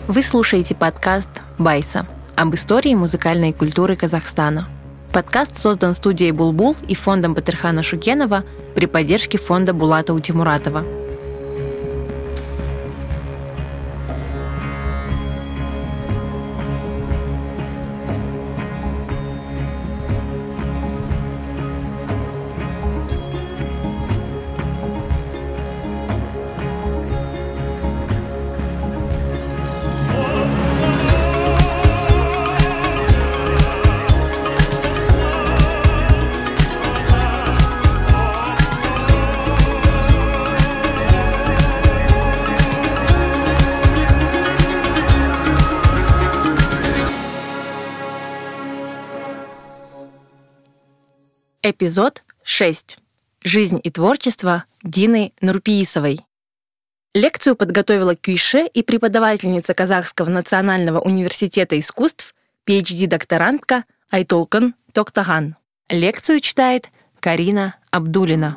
Вы слушаете подкаст «Байса» об истории музыкальной культуры Казахстана. Подкаст создан студией «Булбул» и фондом Батырхана Шукенова при поддержке фонда Булата Утемуратова. Эпизод 6. Жизнь и творчество Дины Нурпиисовой. Лекцию подготовила кюйше и преподавательница Казахского национального университета искусств, PhD-докторантка Айтолкын Токтаган. Лекцию читает Карина Абдулина.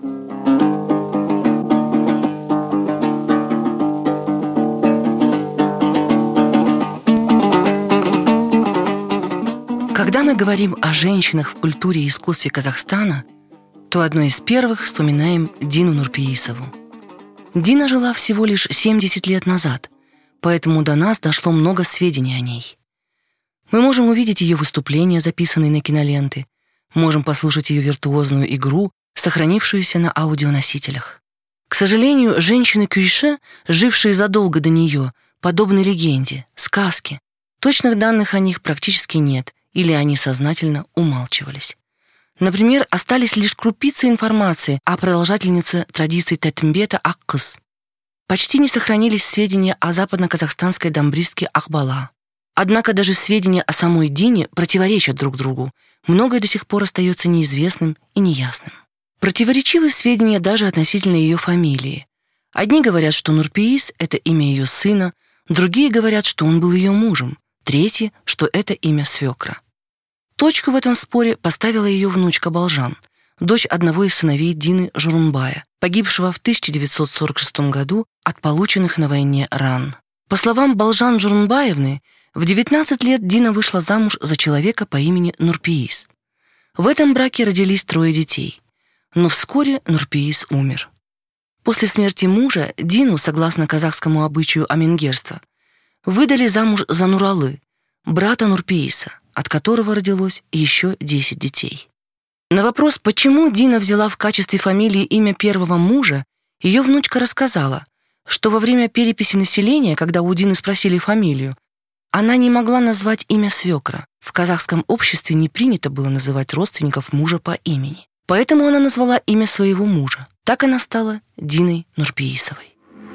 Когда мы говорим о женщинах в культуре и искусстве Казахстана, то одной из первых вспоминаем Дину Нурпиисову. Дина жила всего лишь 70 лет назад, поэтому до нас дошло много сведений о ней. Мы можем увидеть ее выступления, записанные на киноленты, можем послушать ее виртуозную игру, сохранившуюся на аудионосителях. К сожалению, женщины-кюйше, жившие задолго до нее, подобны легенде, сказке. Точных данных о них практически нет, или они сознательно умалчивались. Например, остались лишь крупицы информации о продолжательнице традиций Тетмбета Аккыз. Почти не сохранились сведения о западно-казахстанской дамбристке Ахбала. Однако даже сведения о самой Дине противоречат друг другу. Многое до сих пор остается неизвестным и неясным. Противоречивы сведения даже относительно ее фамилии. Одни говорят, что Нурпиис — это имя ее сына, другие говорят, что он был ее мужем, третьи, что это имя свекра. Точку в этом споре поставила ее внучка Балжан, дочь одного из сыновей Дины Журунбая, погибшего в 1946 году от полученных на войне ран. По словам Балжан Журунбаевны, в 19 лет Дина вышла замуж за человека по имени Нурпиис. В этом браке родились 3 детей, но вскоре Нурпиис умер. После смерти мужа Дину, согласно казахскому обычаю амингерства, выдали замуж за Нуралы, брата Нурпииса, от которого родилось еще 10 детей. На вопрос, почему Дина взяла в качестве фамилии имя первого мужа, ее внучка рассказала, что во время переписи населения, когда у Дины спросили фамилию, она не могла назвать имя свекра. В казахском обществе не принято было называть родственников мужа по имени. Поэтому она назвала имя своего мужа. Так она стала Диной Нурпиисовой.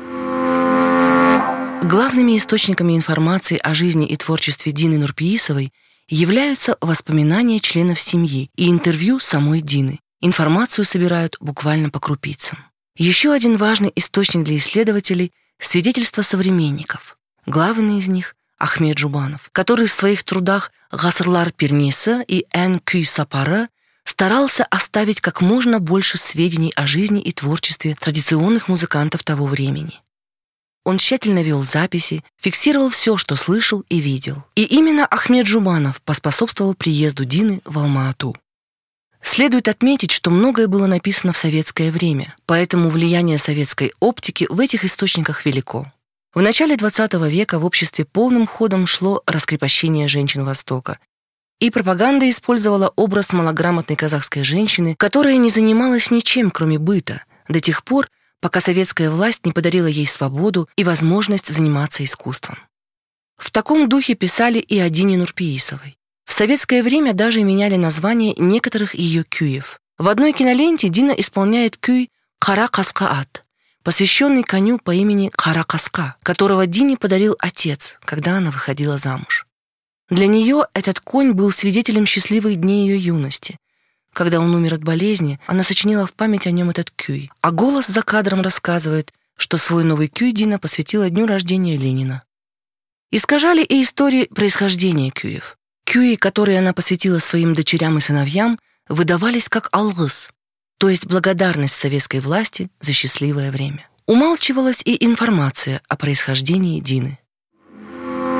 Главными источниками информации о жизни и творчестве Дины Нурпиисовой являются воспоминания членов семьи и интервью самой Дины. Информацию собирают буквально по крупицам. Еще один важный источник для исследователей — свидетельства современников. Главный из них — Ахмед Жубанов, который в своих трудах «Гасырлар Пернесы» и «Эн Күй Сапары» старался оставить как можно больше сведений о жизни и творчестве традиционных музыкантов того времени. Он тщательно вел записи, фиксировал все, что слышал и видел. И именно Ахмед Жубанов поспособствовал приезду Дины в Алма-Ату. Следует отметить, что многое было написано в советское время, поэтому влияние советской оптики в этих источниках велико. В начале XX века в обществе полным ходом шло раскрепощение женщин Востока, и пропаганда использовала образ малограмотной казахской женщины, которая не занималась ничем, кроме быта, до тех пор, пока советская власть не подарила ей свободу и возможность заниматься искусством. В таком духе писали и о Дине Нурпиисовой. В советское время даже меняли название некоторых ее кюев. В одной киноленте Дина исполняет кюй «Кара Каскаат», посвященный коню по имени Кара Каска, которого Дине подарил отец, когда она выходила замуж. Для нее этот конь был свидетелем счастливых дней ее юности. Когда он умер от болезни, она сочинила в память о нем этот кюй. А голос за кадром рассказывает, что свой новый кюй Дина посвятила дню рождения Ленина. Искажали и истории происхождения кюев. Кюи, которые она посвятила своим дочерям и сыновьям, выдавались как алгыс, то есть благодарность советской власти за счастливое время. Умалчивалась и информация о происхождении Дины.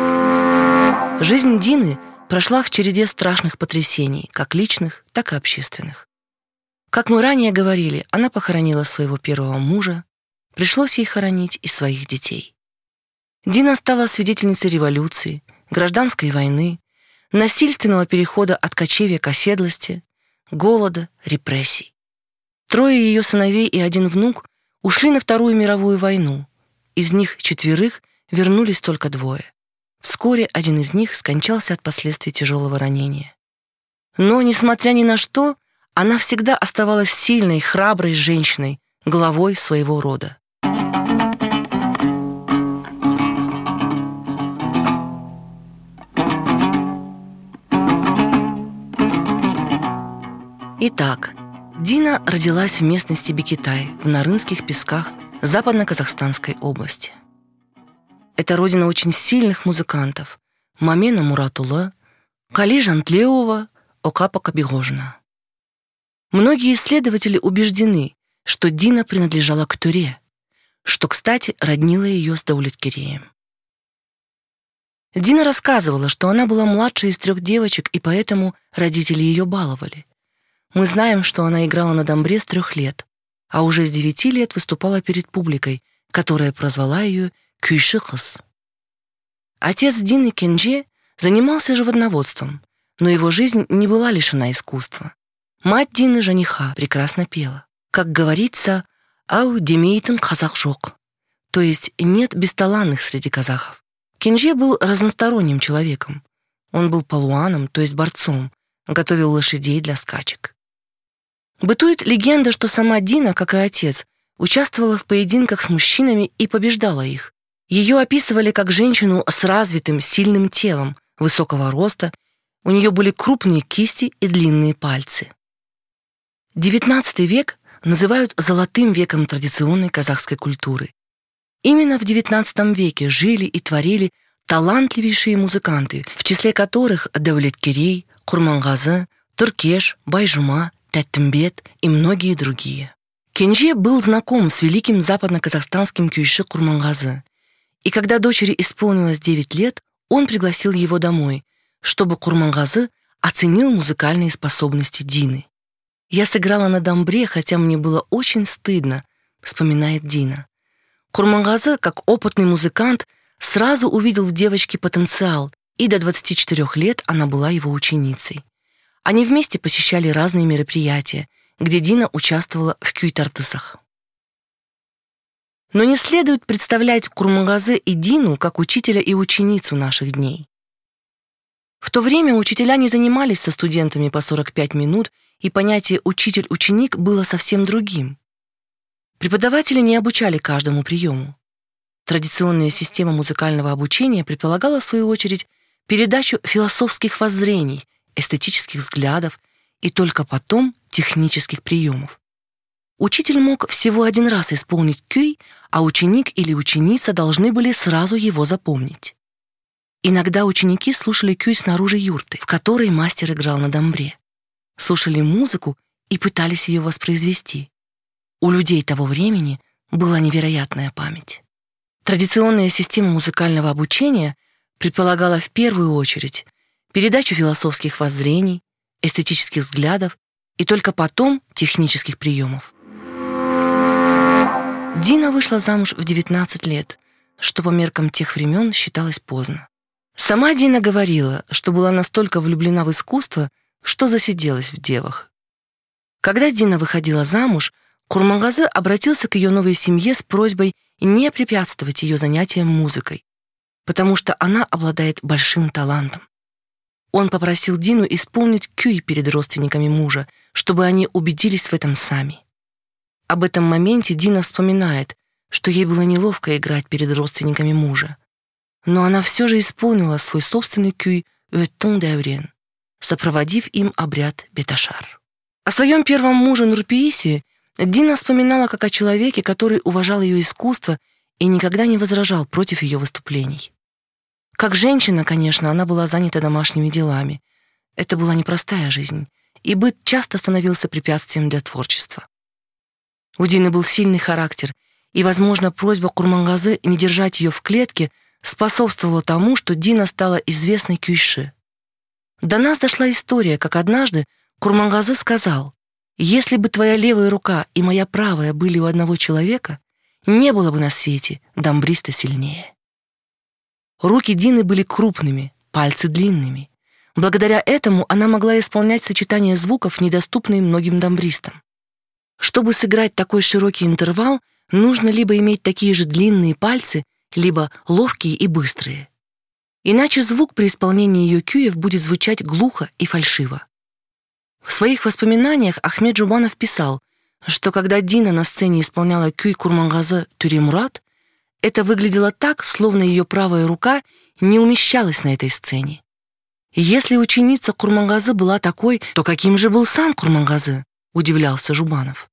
Жизнь Дины прошла в череде страшных потрясений, как личных, так и общественных. Как мы ранее говорили, она похоронила своего первого мужа, пришлось ей хоронить и своих детей. Дина стала свидетельницей революции, гражданской войны, насильственного перехода от кочевья к оседлости, голода, репрессий. 3 ее сыновей и 1 внук ушли на Вторую мировую войну. Из них 4 вернулись только 2. Вскоре 1 из них скончался от последствий тяжелого ранения. Но, несмотря ни на что, она всегда оставалась сильной, храброй женщиной, главой своего рода. Итак, Дина родилась в местности Бекетай, в Нарынских песках Западно-Казахстанской области. Это родина очень сильных музыкантов – Мамена Муратулы, Кали Жантлеова, Окапа Кабигожина. Многие исследователи убеждены, что Дина принадлежала к Туре, что, кстати, роднило ее с Даулеткереем. Дина рассказывала, что она была младшей из 3 девочек, и поэтому родители ее баловали. Мы знаем, что она играла на домбре с 3 лет, а уже с 9 лет выступала перед публикой, которая прозвала ее «Күйші қыз». Отец Дины, Кенже, занимался животноводством, но его жизнь не была лишена искусства. Мать Дины, Жаниха, прекрасно пела. Как говорится, «Ау демейтін қазақ жоқ», то есть нет бесталанных среди казахов. Кенже был разносторонним человеком. Он был палуаном, то есть борцом, готовил лошадей для скачек. Бытует легенда, что сама Дина, как и отец, участвовала в поединках с мужчинами и побеждала их. Ее описывали как женщину с развитым, сильным телом, высокого роста, у нее были крупные кисти и длинные пальцы. XIX век называют золотым веком традиционной казахской культуры. Именно в XIX веке жили и творили талантливейшие музыканты, в числе которых Даулеткерей, Курмангазы, Туркеш, Байжума, Тәттімбет и многие другие. Кенже был знаком с великим западно-казахстанским күйші Курмангазы, и когда дочери исполнилось 9 лет, он пригласил его домой, чтобы Курмангазы оценил музыкальные способности Дины. «Я сыграла на домбре, хотя мне было очень стыдно», — вспоминает Дина. Курмангазы, как опытный музыкант, сразу увидел в девочке потенциал, и до 24 лет она была его ученицей. Они вместе посещали разные мероприятия, где Дина участвовала в күй-тартысах. Но не следует представлять Курмангазы и Дину как учителя и ученицу наших дней. В то время учителя не занимались со студентами по 45 минут, и понятие «учитель-ученик» было совсем другим. Преподаватели не обучали каждому приему. Традиционная система музыкального обучения предполагала, в свою очередь, передачу философских воззрений, эстетических взглядов и только потом технических приемов. Учитель мог всего 1 раз исполнить кюй, а ученик или ученица должны были сразу его запомнить. Иногда ученики слушали кюй снаружи юрты, в которой мастер играл на домбре, слушали музыку и пытались ее воспроизвести. У людей того времени была невероятная память. Традиционная система музыкального обучения предполагала в первую очередь передачу философских воззрений, эстетических взглядов и только потом технических приемов. Дина вышла замуж в 19 лет, что по меркам тех времен считалось поздно. Сама Дина говорила, что была настолько влюблена в искусство, что засиделась в девах. Когда Дина выходила замуж, Курмангазы обратился к ее новой семье с просьбой не препятствовать ее занятиям музыкой, потому что она обладает большим талантом. Он попросил Дину исполнить кюй перед родственниками мужа, чтобы они убедились в этом сами. Об этом моменте Дина вспоминает, что ей было неловко играть перед родственниками мужа. Но она все же исполнила свой собственный кюй «Уэттон Дэврен», сопроводив им обряд Беташар. О своем первом муже Нурпиисе Дина вспоминала как о человеке, который уважал ее искусство и никогда не возражал против ее выступлений. Как женщина, конечно, она была занята домашними делами. Это была непростая жизнь, и быт часто становился препятствием для творчества. У Дины был сильный характер, и, возможно, просьба Курмангазы не держать ее в клетке способствовало тому, что Дина стала известной кюйши. До нас дошла история, как однажды Курмангазы сказал: «Если бы твоя левая рука и моя правая были у одного человека, не было бы на свете дамбриста сильнее». Руки Дины были крупными, пальцы длинными. Благодаря этому она могла исполнять сочетания звуков, недоступные многим дамбристам. Чтобы сыграть такой широкий интервал, нужно либо иметь такие же длинные пальцы, либо ловкие и быстрые. Иначе звук при исполнении ее кюев будет звучать глухо и фальшиво. В своих воспоминаниях Ахмед Жубанов писал, что когда Дина на сцене исполняла кюй Курмангазы «Тюремурат», это выглядело так, словно ее правая рука не умещалась на этой сцене. Если ученица Курмангазы была такой, то каким же был сам Курмангазы? Удивлялся Жубанов.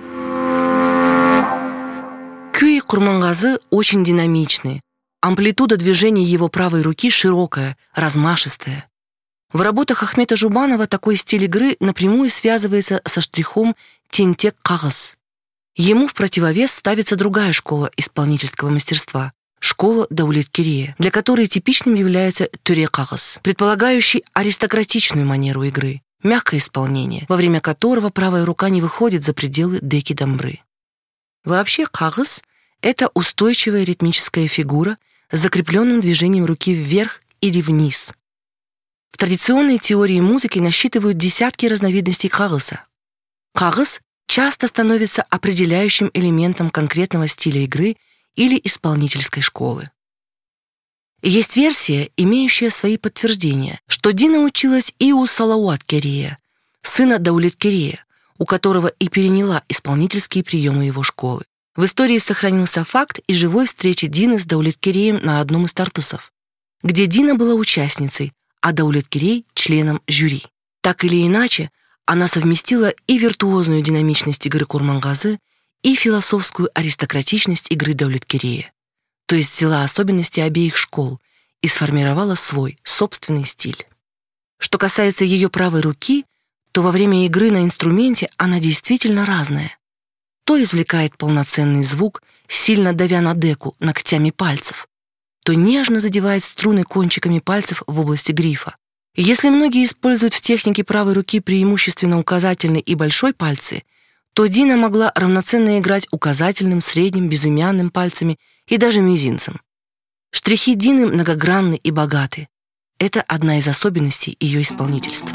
Кюи Курмангазы очень динамичные. Амплитуда движений его правой руки широкая, размашистая. В работах Ахмета Жубанова такой стиль игры напрямую связывается со штрихом тентек-кагыз. Ему в противовес ставится другая школа исполнительского мастерства — школа Даулет-Керея, для которой типичным является тюре-кагыз, предполагающий аристократичную манеру игры, мягкое исполнение, во время которого правая рука не выходит за пределы деки-дамбры. Вообще кагыз — это устойчивая ритмическая фигура с закрепленным движением руки вверх или вниз. В традиционной теории музыки насчитывают десятки разновидностей кагыза. Кагыз часто становится определяющим элементом конкретного стиля игры или исполнительской школы. Есть версия, имеющая свои подтверждения, что Дина училась и у Салауат-Керея, сына Даулет-Керея, у которого и переняла исполнительские приемы его школы. В истории сохранился факт и живой встречи Дины с Даулет-Кереем на одном из тартысов, где Дина была участницей, а Даулет-Керей — членом жюри. Так или иначе, она совместила и виртуозную динамичность игры Курмангазы, и философскую аристократичность игры Даулет-Керея, то есть взяла особенности обеих школ и сформировала свой собственный стиль. Что касается ее правой руки, то во время игры на инструменте она действительно разная. То извлекает полноценный звук, сильно давя на деку ногтями пальцев, то нежно задевает струны кончиками пальцев в области грифа. Если многие используют в технике правой руки преимущественно указательный и большой пальцы, то Дина могла равноценно играть указательным, средним, безымянным пальцами и даже мизинцем. Штрихи Дины многогранны и богаты. Это одна из особенностей ее исполнительства.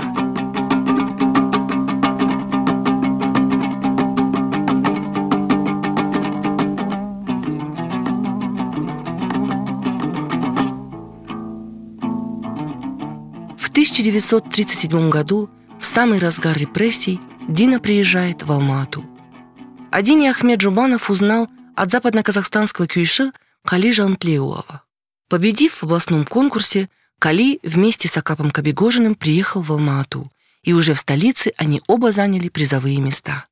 В 1937 году, в самый разгар репрессий, Дина приезжает в Алма-Ату. О Дине Ахмед Жубанов узнал от западно-казахстанского кюйши Кали Жантлеуова. Победив в областном конкурсе, Кали вместе с Акапом Кабигожиным приехал в Алма-Ату, и уже в столице они оба заняли призовые места.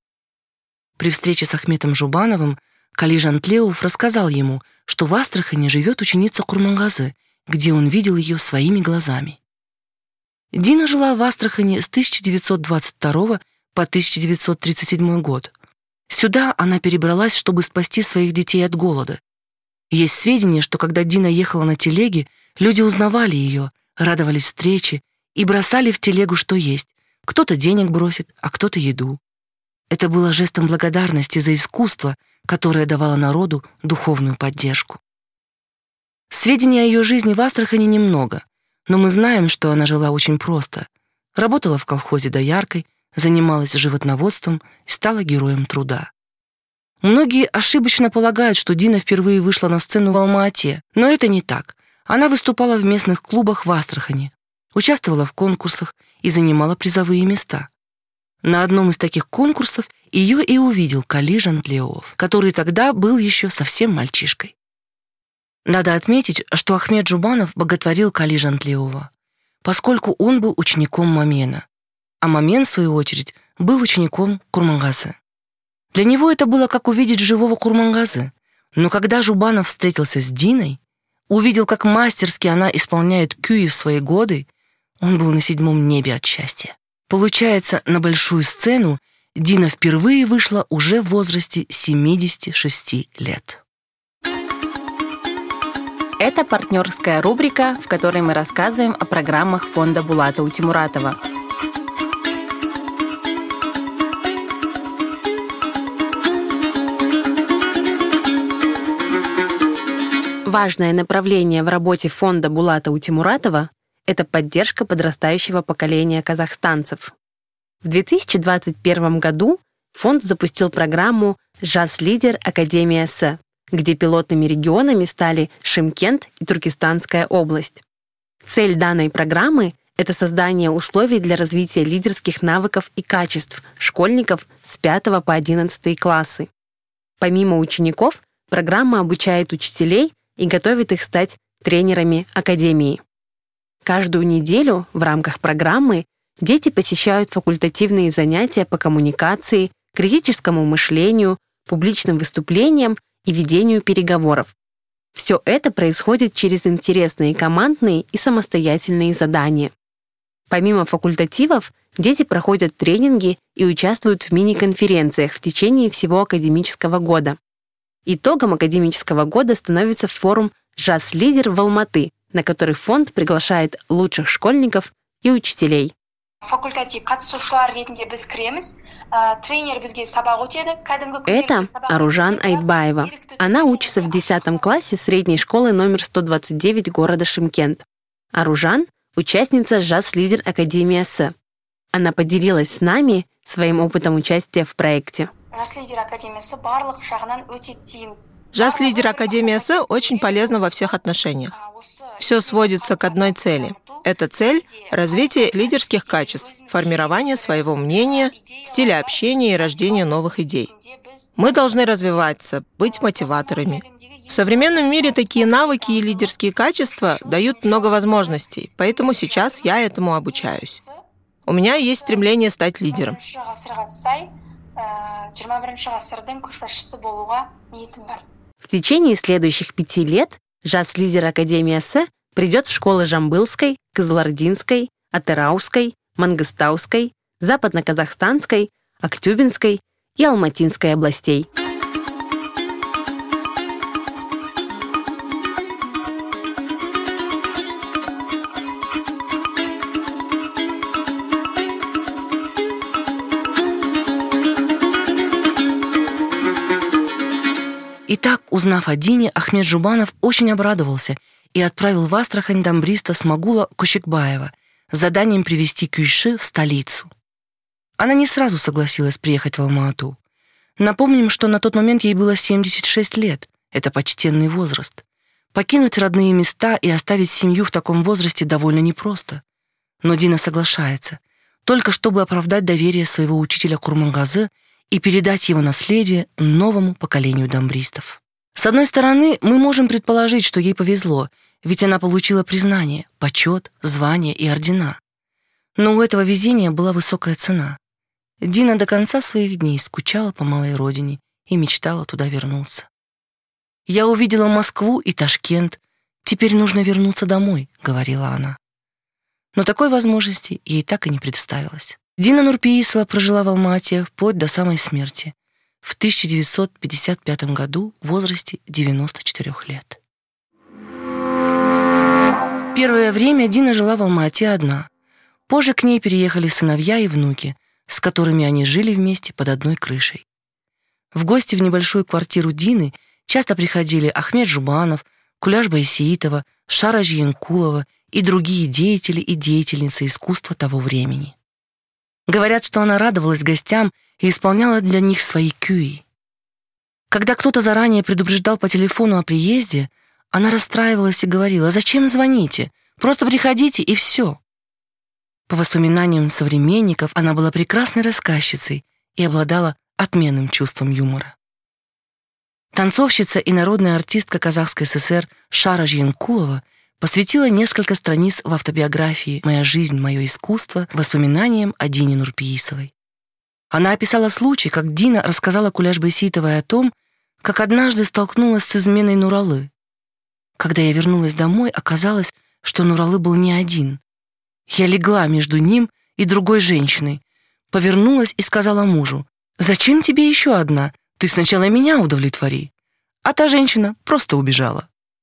При встрече с Ахметом Жубановым Кали Жантлеуов рассказал ему, что в Астрахани живет ученица Курмангазы, где он видел ее своими глазами. Дина жила в Астрахани с 1922 по 1937 год. Сюда она перебралась, чтобы спасти своих детей от голода. Есть сведения, что когда Дина ехала на телеге, люди узнавали ее, радовались встрече и бросали в телегу, что есть. Кто-то денег бросит, а кто-то еду. Это было жестом благодарности за искусство, которое давало народу духовную поддержку. Сведений о ее жизни в Астрахани немного, но мы знаем, что она жила очень просто. Работала в колхозе дояркой, занималась животноводством и стала героем труда. Многие ошибочно полагают, что Дина впервые вышла на сцену в Алма-Ате, но это не так. Она выступала в местных клубах в Астрахани, участвовала в конкурсах и занимала призовые места. На одном из таких конкурсов ее и увидел Кали Жантлеуов, который тогда был еще совсем мальчишкой. Надо отметить, что Ахмед Жубанов боготворил Кали Жантлеуова, поскольку он был учеником Мамена, а Мамен, в свою очередь, был учеником Курмангазы. Для него это было как увидеть живого Курмангазы, но когда Жубанов встретился с Диной, увидел, как мастерски она исполняет кюи в свои годы, он был на 7-м небе от счастья. Получается, на большую сцену Дина впервые вышла уже в возрасте 76 лет. Это партнерская рубрика, в которой мы рассказываем о программах фонда Булата Утимуратова. Важное направление в работе фонда Булата Утимуратова – это поддержка подрастающего поколения казахстанцев. В 2021 году фонд запустил программу «Жас-лидер Академия С», где пилотными регионами стали Шымкент и Туркестанская область. Цель данной программы – это создание условий для развития лидерских навыков и качеств школьников с 5 по 11 классы. Помимо учеников, программа обучает учителей и готовит их стать тренерами академии. Каждую неделю в рамках программы дети посещают факультативные занятия по коммуникации, критическому мышлению, публичным выступлениям и ведению переговоров. Все это происходит через интересные командные и самостоятельные задания. Помимо факультативов, дети проходят тренинги и участвуют в мини-конференциях в течение всего академического года. Итогом академического года становится форум «Жас-лидер» в Алматы, на который фонд приглашает лучших школьников и учителей. Это Аружан Айтбаева. Она учится в 10 классе средней школы номер 129 города Шымкент. Аружан – участница «Жас-лидер Академия С». Она поделилась с нами своим опытом участия в проекте. «Жас-лидер Академия С» очень полезна во всех отношениях. Все сводится к одной цели. Эта цель – развитие лидерских качеств, формирование своего мнения, стиля общения и рождение новых идей. Мы должны развиваться, быть мотиваторами. В современном мире такие навыки и лидерские качества дают много возможностей, поэтому сейчас я этому обучаюсь. У меня есть стремление стать лидером. В течение следующих 5 лет «Жас-лидер Академия С» придет в школы Жамбылской, Кызылординской, Атырауской, Мангыстауской, Западно-Казахстанской, Актюбинской и Алматинской областей. Итак, узнав о Дине, Ахмед Жубанов очень обрадовался и отправил в Астрахань дамбриста Смагула Кушекбаева с заданием привезти Кюйши в столицу. Она не сразу согласилась приехать в Алма-Ату. Напомним, что на тот момент ей было 76 лет. Это почтенный возраст. Покинуть родные места и оставить семью в таком возрасте довольно непросто. Но Дина соглашается, только чтобы оправдать доверие своего учителя Курмангазы и передать его наследие новому поколению дамбристов. С одной стороны, мы можем предположить, что ей повезло, ведь она получила признание, почет, звание и ордена. Но у этого везения была высокая цена. Дина до конца своих дней скучала по малой родине и мечтала туда вернуться. «Я увидела Москву и Ташкент, теперь нужно вернуться домой», — говорила она. Но такой возможности ей так и не предоставилось. Дина Нурпеисова прожила в Алма-Ате вплоть до самой смерти в 1955 году в возрасте 94 лет. Первое время Дина жила в Алма-Ате одна. Позже к ней переехали сыновья и внуки, с которыми они жили вместе под одной крышей. В гости в небольшую квартиру Дины часто приходили Ахмед Жубанов, Куляш Байсеитова, Шара Жиенкулова и другие деятели и деятельницы искусства того времени. Говорят, что она радовалась гостям и исполняла для них свои кюи. Когда кто-то заранее предупреждал по телефону о приезде, она расстраивалась и говорила: «Зачем звоните? Просто приходите и все». По воспоминаниям современников, она была прекрасной рассказчицей и обладала отменным чувством юмора. Танцовщица и народная артистка Казахской ССР Шара Жиенкулова посвятила несколько страниц в автобиографии «Моя жизнь, мое искусство» воспоминаниям о Дине Нурпеисовой. Она описала случай, как Дина рассказала Куляш Байсеитовой о том, как однажды столкнулась с изменой Нуралы. Когда я вернулась домой, оказалось, что Нуралы был не один. Я легла между ним и другой женщиной, повернулась и сказала мужу: «Зачем тебе еще одна? Ты сначала меня удовлетвори». А та женщина просто убежала.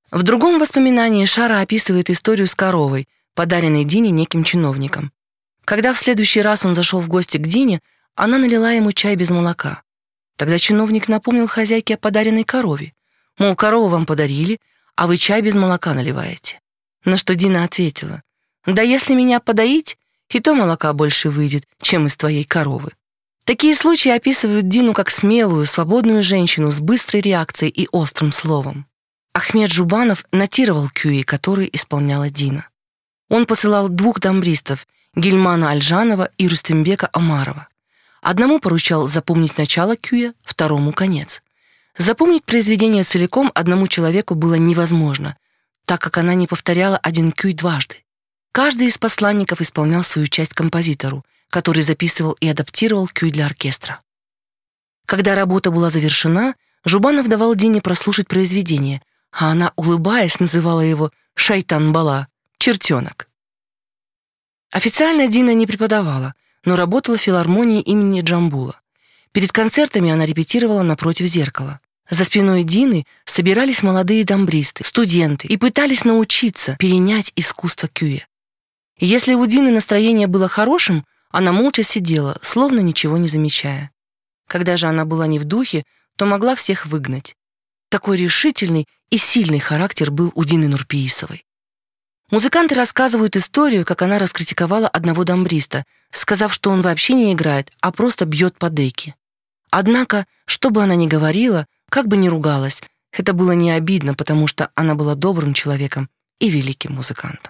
В другом воспоминании Шара описывает историю с коровой, подаренной Дине неким чиновником. Когда в следующий раз он зашел в гости к Дине, она налила ему чай без молока. Тогда чиновник напомнил хозяйке о подаренной корове. Мол, корову вам подарили, а вы чай без молока наливаете. На что Дина ответила: «Да если меня подоить, и то молока больше выйдет, чем из твоей коровы». Такие случаи описывают Дину как смелую, свободную женщину с быстрой реакцией и острым словом. Ахмед Жубанов нотировал кюи, которые исполняла Дина. Он посылал 2 дамбристов — Гильмана Альжанова и Рустембека Омарова. Одному поручал запомнить начало кюя, второму — конец. Запомнить произведение целиком одному человеку было невозможно, так как она не повторяла один кюй дважды. Каждый из посланников исполнял свою часть композитору, который записывал и адаптировал кюй для оркестра. Когда работа была завершена, Жубанов давал Дине прослушать произведение, а она, улыбаясь, называла его «Шайтан-бала» — «чертенок». Официально Дина не преподавала, но работала в филармонии имени Джамбула. Перед концертами она репетировала напротив зеркала. За спиной Дины собирались молодые дамбристы, студенты и пытались научиться перенять искусство кюя. Если у Дины настроение было хорошим, она молча сидела, словно ничего не замечая. Когда же она была не в духе, то могла всех выгнать. Такой решительный и сильный характер был у Дины Нурпеисовой. Музыканты рассказывают историю, как она раскритиковала одного дамбриста, сказав, что он вообще не играет, а просто бьет по деке. Однако, что бы она ни говорила, как бы ни ругалась, это было не обидно, потому что она была добрым человеком и великим музыкантом.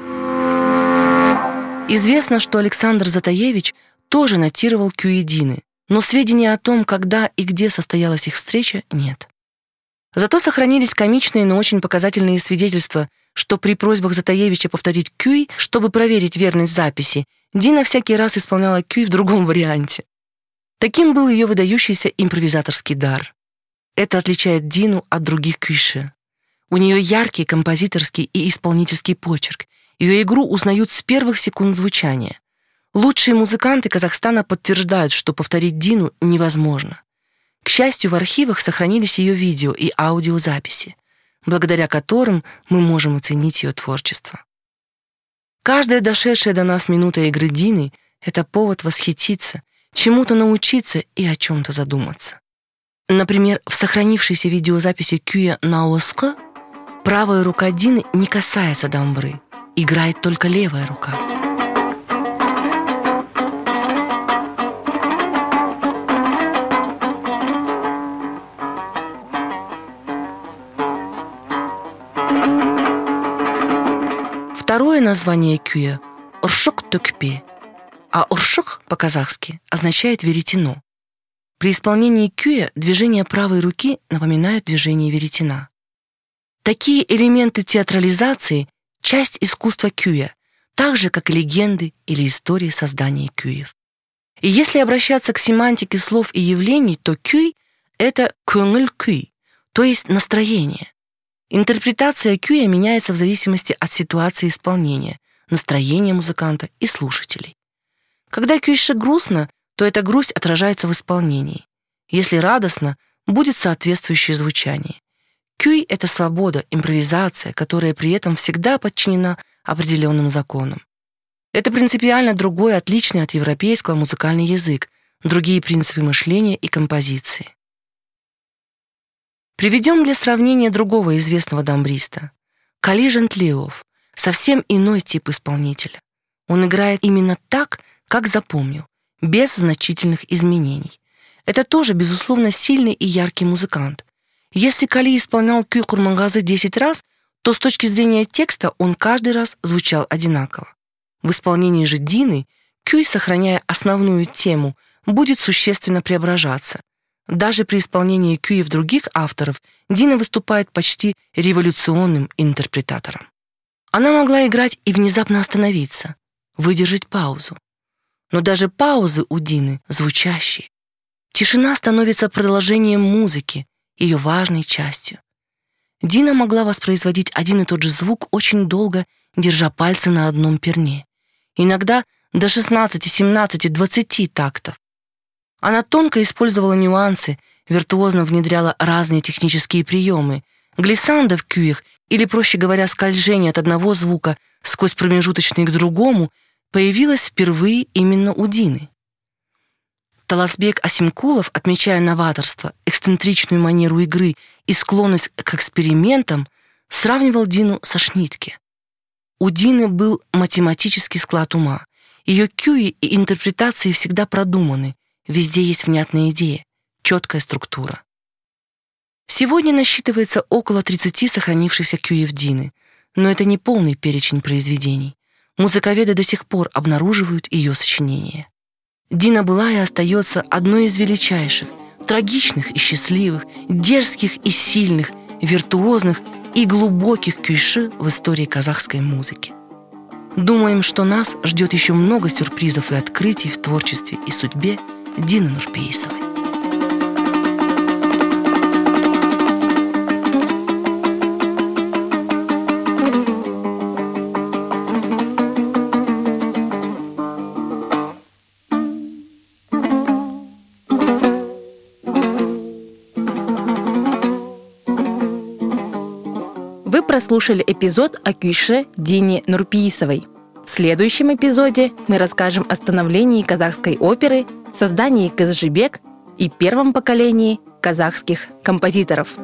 Известно, что Александр Затаевич тоже нотировал кюи Дины, но сведений о том, когда и где состоялась их встреча, нет. Зато сохранились комичные, но очень показательные свидетельства, что при просьбах Затаевича повторить кюй, чтобы проверить верность записи, Дина всякий раз исполняла кюй в другом варианте. Таким был ее выдающийся импровизаторский дар. Это отличает Дину от других кюйше. У нее яркий композиторский и исполнительский почерк. Ее игру узнают с первых секунд звучания. Лучшие музыканты Казахстана подтверждают, что повторить Дину невозможно. К счастью, в архивах сохранились ее видео и аудиозаписи, благодаря которым мы можем оценить ее творчество. Каждая дошедшая до нас минута игры Дины — это повод восхититься, чему-то научиться и о чем-то задуматься. Например, в сохранившейся видеозаписи кюя «Наосқа» правая рука Дины не касается дамбры, играет только левая рука. Второе название кюя — «Оршық-төкпе», а «оршық» по-казахски означает «веретено». При исполнении кюя движение правой руки напоминает движение веретена. Такие элементы театрализации — часть искусства кюя, так же, как и легенды или истории создания кюев. И если обращаться к семантике слов и явлений, то кюй — это көңіл-күй, то есть настроение. Интерпретация кюя меняется в зависимости от ситуации исполнения, настроения музыканта и слушателей. Когда кюйше грустно, то эта грусть отражается в исполнении. Если радостно, будет соответствующее звучание. Кюй — это свобода, импровизация, которая при этом всегда подчинена определенным законам. Это принципиально другой, отличный от европейского музыкальный язык, другие принципы мышления и композиции. Приведем для сравнения другого известного дамбриста. Кали Жантлиов, совсем иной тип исполнителя. Он играет именно так, как запомнил, без значительных изменений. Это тоже, безусловно, сильный и яркий музыкант. Если Кали исполнял кюй Курмангазы 10 раз, то с точки зрения текста он каждый раз звучал одинаково. В исполнении же Дины кюй, сохраняя основную тему, будет существенно преображаться. Даже при исполнении кюев других авторов Дина выступает почти революционным интерпретатором. Она могла играть и внезапно остановиться, выдержать паузу. Но даже паузы у Дины звучащие. Тишина становится продолжением музыки, ее важной частью. Дина могла воспроизводить один и тот же звук очень долго, держа пальцы на одном перне. Иногда до 16, 17, 20 тактов. Она тонко использовала нюансы, виртуозно внедряла разные технические приемы. Глиссанда в кюях или, проще говоря, скольжение от одного звука сквозь промежуточный к другому, появилось впервые именно у Дины. Таласбек Асимкулов, отмечая новаторство, эксцентричную манеру игры и склонность к экспериментам, сравнивал Дину со Шнитке. У Дины был математический склад ума. Ее кюи и интерпретации всегда продуманы, везде есть внятная идея, четкая структура. Сегодня насчитывается около 30 сохранившихся кюев Дины, но это не полный перечень произведений. Музыковеды до сих пор обнаруживают ее сочинения. Дина была и остается одной из величайших, трагичных и счастливых, дерзких и сильных, виртуозных и глубоких кюйши в истории казахской музыки. Думаем, что нас ждет еще много сюрпризов и открытий в творчестве и судьбе Дины Нурпеисовой. Вы прослушали эпизод о кюйше Дине Нурпеисовой. В следующем эпизоде мы расскажем о становлении казахской оперы, создании Казжибек и первом поколении казахских композиторов.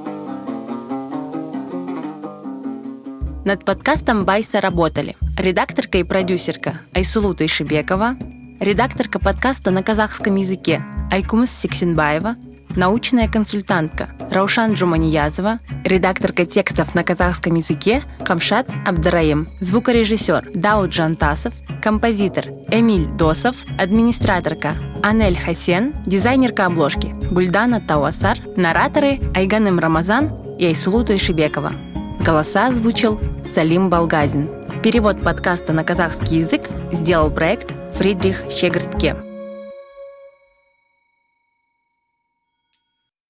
Над подкастом Байса работали редакторка и продюсерка Айсулу Тойшибекова, редакторка подкаста на казахском языке Айкумыс Сиксенбаева, научная консультантка Раушан Джуманиязова, редакторка текстов на казахском языке Камшат Абдараим, звукорежиссер Дауд Жантасов, композитор Эмиль Досов, администраторка Анель Хасен, дизайнерка обложки Гульдана Тауасар, нараторы Айганым Рамазан и Айсулу Тойшибекова. Голоса озвучил Салим Балгазин. Перевод подкаста на казахский язык сделал проект Фридрих Щегртке.